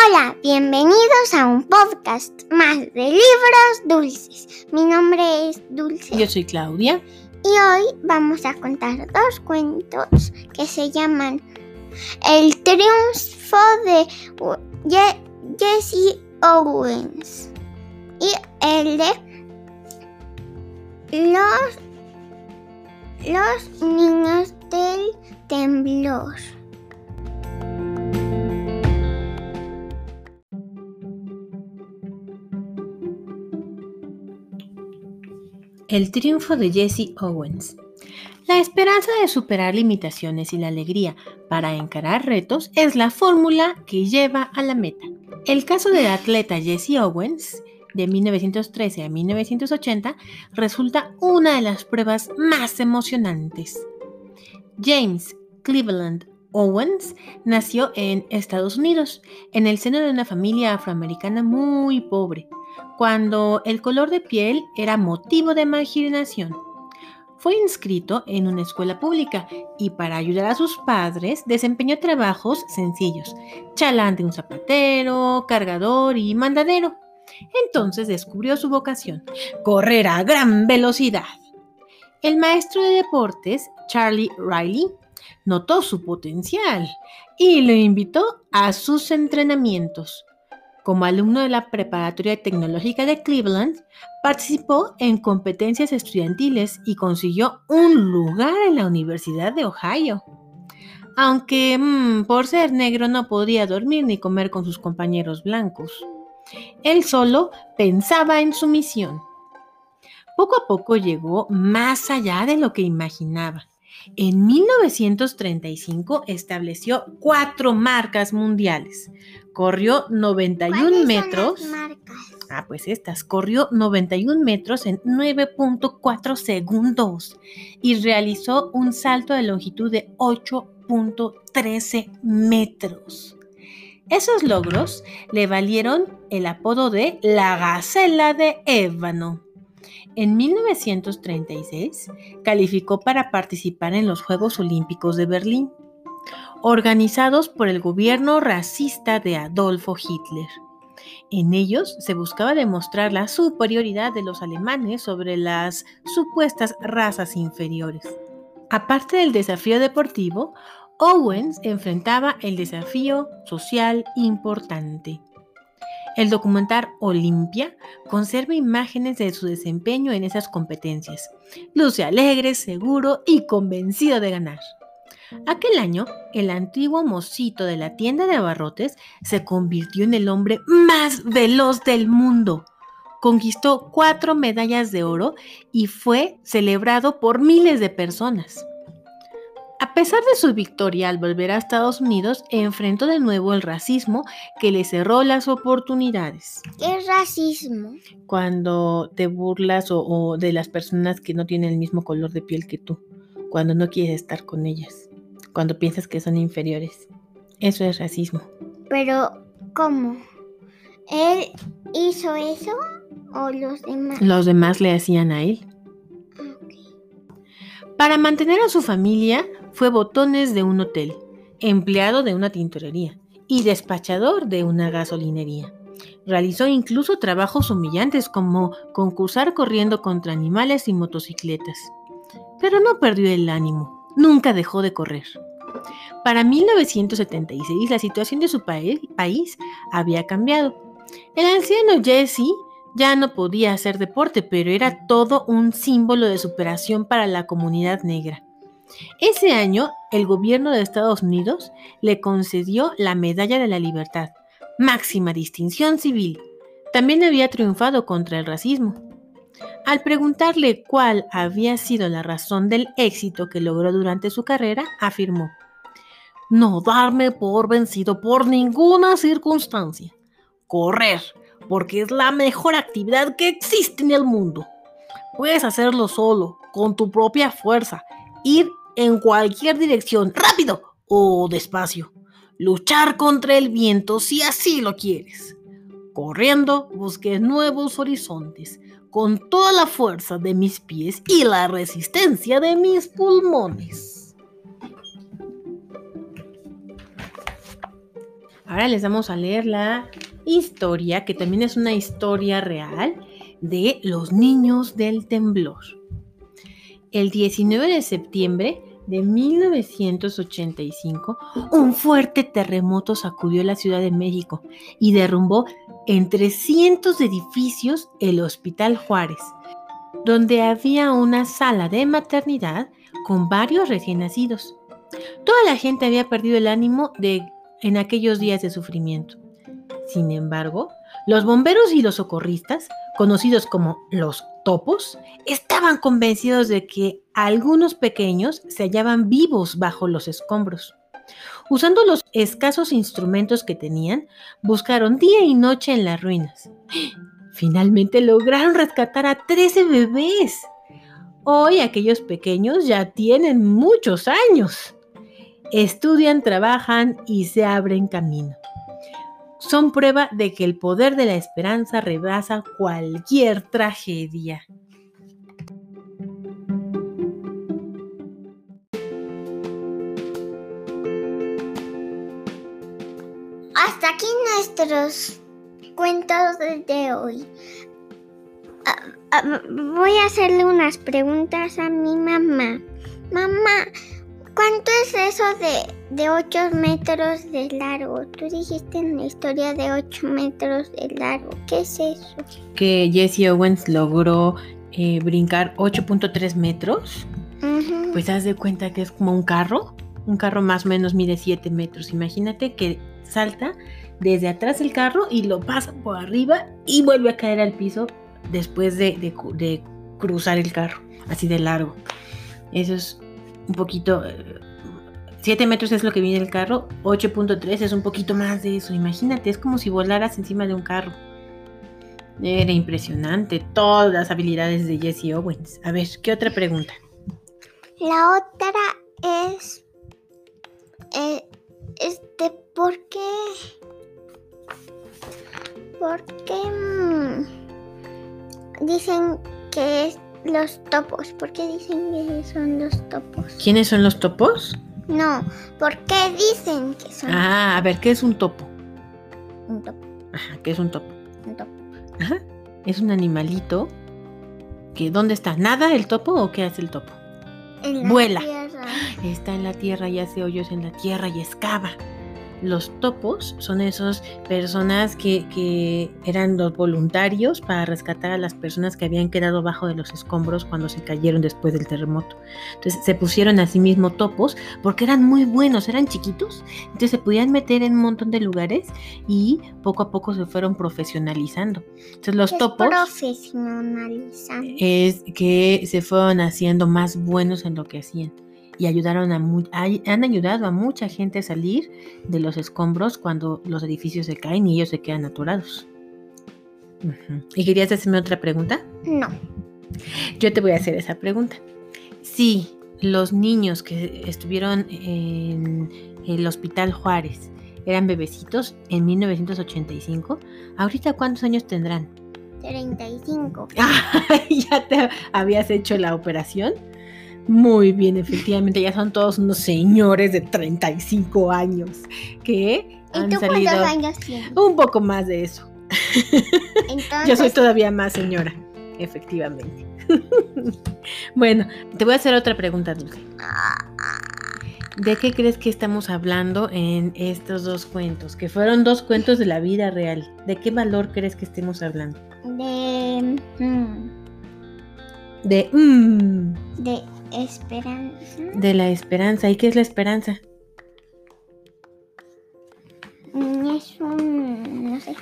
Hola, bienvenidos a un podcast más de libros dulces. Mi nombre es Dulce. Yo soy Claudia. Y hoy vamos a contar dos cuentos que se llaman El triunfo de Jesse Owens y el de Los niños del temblor. El triunfo de Jesse Owens. La esperanza de superar limitaciones y la alegría para encarar retos es la fórmula que lleva a la meta. El caso del atleta Jesse Owens, de 1913 a 1980, resulta una de las pruebas más emocionantes. James Cleveland Owens nació en Estados Unidos, en el seno de una familia afroamericana muy pobre, cuando el color de piel era motivo de marginación. Fue inscrito en una escuela pública y para ayudar a sus padres desempeñó trabajos sencillos, chalán de un zapatero, cargador y mandadero. Entonces descubrió su vocación, correr a gran velocidad. El maestro de deportes, Charlie Riley, notó su potencial y lo invitó a sus entrenamientos. Como alumno de la Preparatoria Tecnológica de Cleveland, participó en competencias estudiantiles y consiguió un lugar en la Universidad de Ohio. Aunque por ser negro no podía dormir ni comer con sus compañeros blancos. Él solo pensaba en su misión. Poco a poco llegó más allá de lo que imaginaba. En 1935 estableció 4 marcas mundiales. Corrió 91 metros. ¿Cuáles son las marcas? Pues estas. Corrió 91 metros en 9.4 segundos y realizó un salto de longitud de 8.13 metros. Esos logros le valieron el apodo de la Gacela de Ébano. En 1936 calificó para participar en los Juegos Olímpicos de Berlín, organizados por el gobierno racista de Adolfo Hitler. En ellos se buscaba demostrar la superioridad de los alemanes sobre las supuestas razas inferiores. Aparte del desafío deportivo, Owens enfrentaba el desafío social importante. El documental Olimpia conserva imágenes de su desempeño en esas competencias. Luce alegre, seguro y convencido de ganar. Aquel año, el antiguo mocito de la tienda de abarrotes se convirtió en el hombre más veloz del mundo. Conquistó 4 medallas de oro y fue celebrado por miles de personas. A pesar de su victoria al volver a Estados Unidos, enfrentó de nuevo el racismo que le cerró las oportunidades. ¿Qué es racismo? Cuando te burlas o de las personas que no tienen el mismo color de piel que tú, cuando no quieres estar con ellas, cuando piensas que son inferiores. Eso es racismo. Pero, ¿cómo? ¿Él hizo eso o los demás? Los demás le hacían a él. Para mantener a su familia, fue botones de un hotel, empleado de una tintorería y despachador de una gasolinería. Realizó incluso trabajos humillantes como concursar corriendo contra animales y motocicletas. Pero no perdió el ánimo, nunca dejó de correr. Para 1976 la situación de su país había cambiado. El anciano Jesse ya no podía hacer deporte, pero era todo un símbolo de superación para la comunidad negra. Ese año, el gobierno de Estados Unidos le concedió la Medalla de la Libertad, máxima distinción civil. También había triunfado contra el racismo. Al preguntarle cuál había sido la razón del éxito que logró durante su carrera, afirmó: "No darme por vencido por ninguna circunstancia. Correr, porque es la mejor actividad que existe en el mundo. Puedes hacerlo solo, con tu propia fuerza, ir en cualquier dirección, rápido o despacio. Luchar contra el viento si así lo quieres. Corriendo, busqué nuevos horizontes, con toda la fuerza de mis pies y la resistencia de mis pulmones". Ahora les vamos a leer la historia, que también es una historia real, de los niños del temblor. El 19 de septiembre de 1985, un fuerte terremoto sacudió la Ciudad de México y derrumbó entre cientos de edificios el Hospital Juárez, donde había una sala de maternidad con varios recién nacidos. Toda la gente había perdido el ánimo en aquellos días de sufrimiento. Sin embargo, los bomberos y los socorristas, conocidos como los topos, estaban convencidos de que algunos pequeños se hallaban vivos bajo los escombros. Usando los escasos instrumentos que tenían, buscaron día y noche en las ruinas. Finalmente lograron rescatar a 13 bebés. Hoy aquellos pequeños ya tienen muchos años. Estudian, trabajan y se abren camino. Son prueba de que el poder de la esperanza rebasa cualquier tragedia. Hasta aquí nuestros cuentos de hoy. Voy a hacerle unas preguntas a mi mamá. Mamá, ¿cuánto es eso de 8 metros de largo? Tú dijiste en la historia de 8 metros de largo. ¿Qué es eso? Que Jesse Owens logró brincar 8.3 metros. Uh-huh. Pues haz de cuenta que es como un carro. Un carro más o menos mide 7 metros. Imagínate que salta desde atrás del carro y lo pasa por arriba y vuelve a caer al piso después de cruzar el carro. Así de largo. Eso es un poquito... 7 metros es lo que viene el carro, 8.3 es un poquito más de eso. Imagínate, es como si volaras encima de un carro. Era impresionante, todas las habilidades de Jesse Owens. A ver, ¿qué otra pregunta? La otra es... ¿Por qué dicen que es los topos? ¿Por qué dicen que son los topos? ¿Quiénes son los topos? No, ¿por qué dicen que son? A ver, ¿qué es un topo? Un topo. Ajá, ¿qué es un topo? Un topo. Ajá, es un animalito que ¿dónde está? ¿Nada el topo o qué hace el topo? En la Vuela. tierra. Está en la tierra y hace hoyos en la tierra y excava. Los topos son esas personas que eran los voluntarios para rescatar a las personas que habían quedado bajo de los escombros cuando se cayeron después del terremoto. Entonces se pusieron a sí mismos topos porque eran muy buenos, eran chiquitos, entonces se podían meter en un montón de lugares y poco a poco se fueron profesionalizando. Entonces los topos profesionalizando es que se fueron haciendo más buenos en lo que hacían. Y han ayudado a mucha gente a salir de los escombros cuando los edificios se caen y ellos se quedan atorados. Uh-huh. ¿Y querías hacerme otra pregunta? No. Yo te voy a hacer esa pregunta. Sí, los niños que estuvieron en el Hospital Juárez eran bebecitos en 1985. ¿Ahorita cuántos años tendrán? 35. ¿Ya te habías hecho la operación? Muy bien, efectivamente, ya son todos unos señores de 35 años que han salido. ¿Cuántos años tienes? Un poco más de eso. Entonces... Yo soy todavía más señora, efectivamente. Bueno, te voy a hacer otra pregunta, Dulce. ¿De qué crees que estamos hablando en estos dos cuentos? Que fueron dos cuentos de la vida real. ¿De qué valor crees que estemos hablando? De esperanza. De la esperanza. ¿Y qué es la esperanza? Es no sé.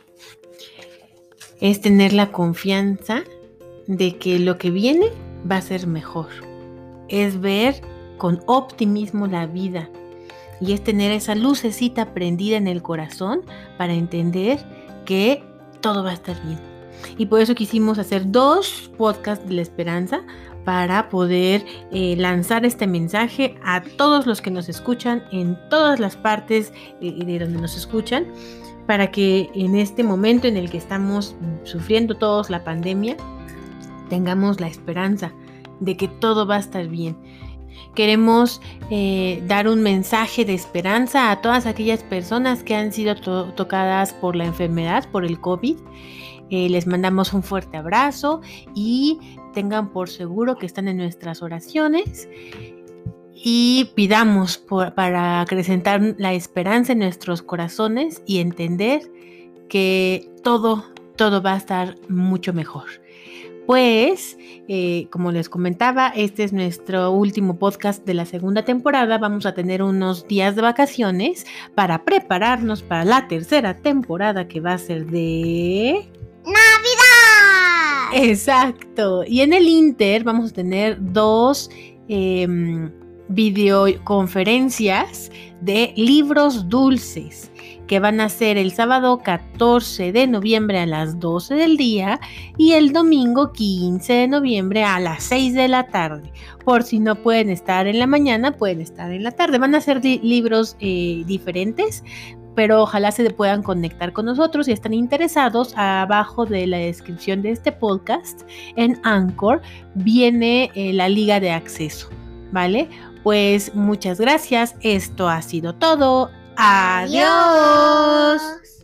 Es tener la confianza de que lo que viene va a ser mejor. Es ver con optimismo la vida. Y es tener esa lucecita prendida en el corazón para entender que todo va a estar bien. Y por eso quisimos hacer 2 podcasts de la esperanza para poder lanzar este mensaje a todos los que nos escuchan en todas las partes de donde nos escuchan, para que en este momento en el que estamos sufriendo todos la pandemia, tengamos la esperanza de que todo va a estar bien. Queremos dar un mensaje de esperanza a todas aquellas personas que han sido tocadas por la enfermedad, por el COVID. Les mandamos un fuerte abrazo y tengan por seguro que están en nuestras oraciones y pidamos para acrecentar la esperanza en nuestros corazones y entender que todo va a estar mucho mejor. Pues, como les comentaba, este es nuestro último podcast de la segunda temporada. Vamos a tener unos días de vacaciones para prepararnos para la tercera temporada, que va a ser de ¡Navidad! Exacto. Y en el Inter vamos a tener 2 videoconferencias de libros dulces que van a ser el sábado 14 de noviembre a las 12 del día y el domingo 15 de noviembre a las 6 de la tarde. Por si no pueden estar en la mañana, pueden estar en la tarde. Van a ser libros diferentes, pero ojalá se puedan conectar con nosotros. Si están interesados, abajo de la descripción de este podcast, en Anchor, viene la liga de acceso, ¿vale? Pues muchas gracias. Esto ha sido todo. ¡Adiós!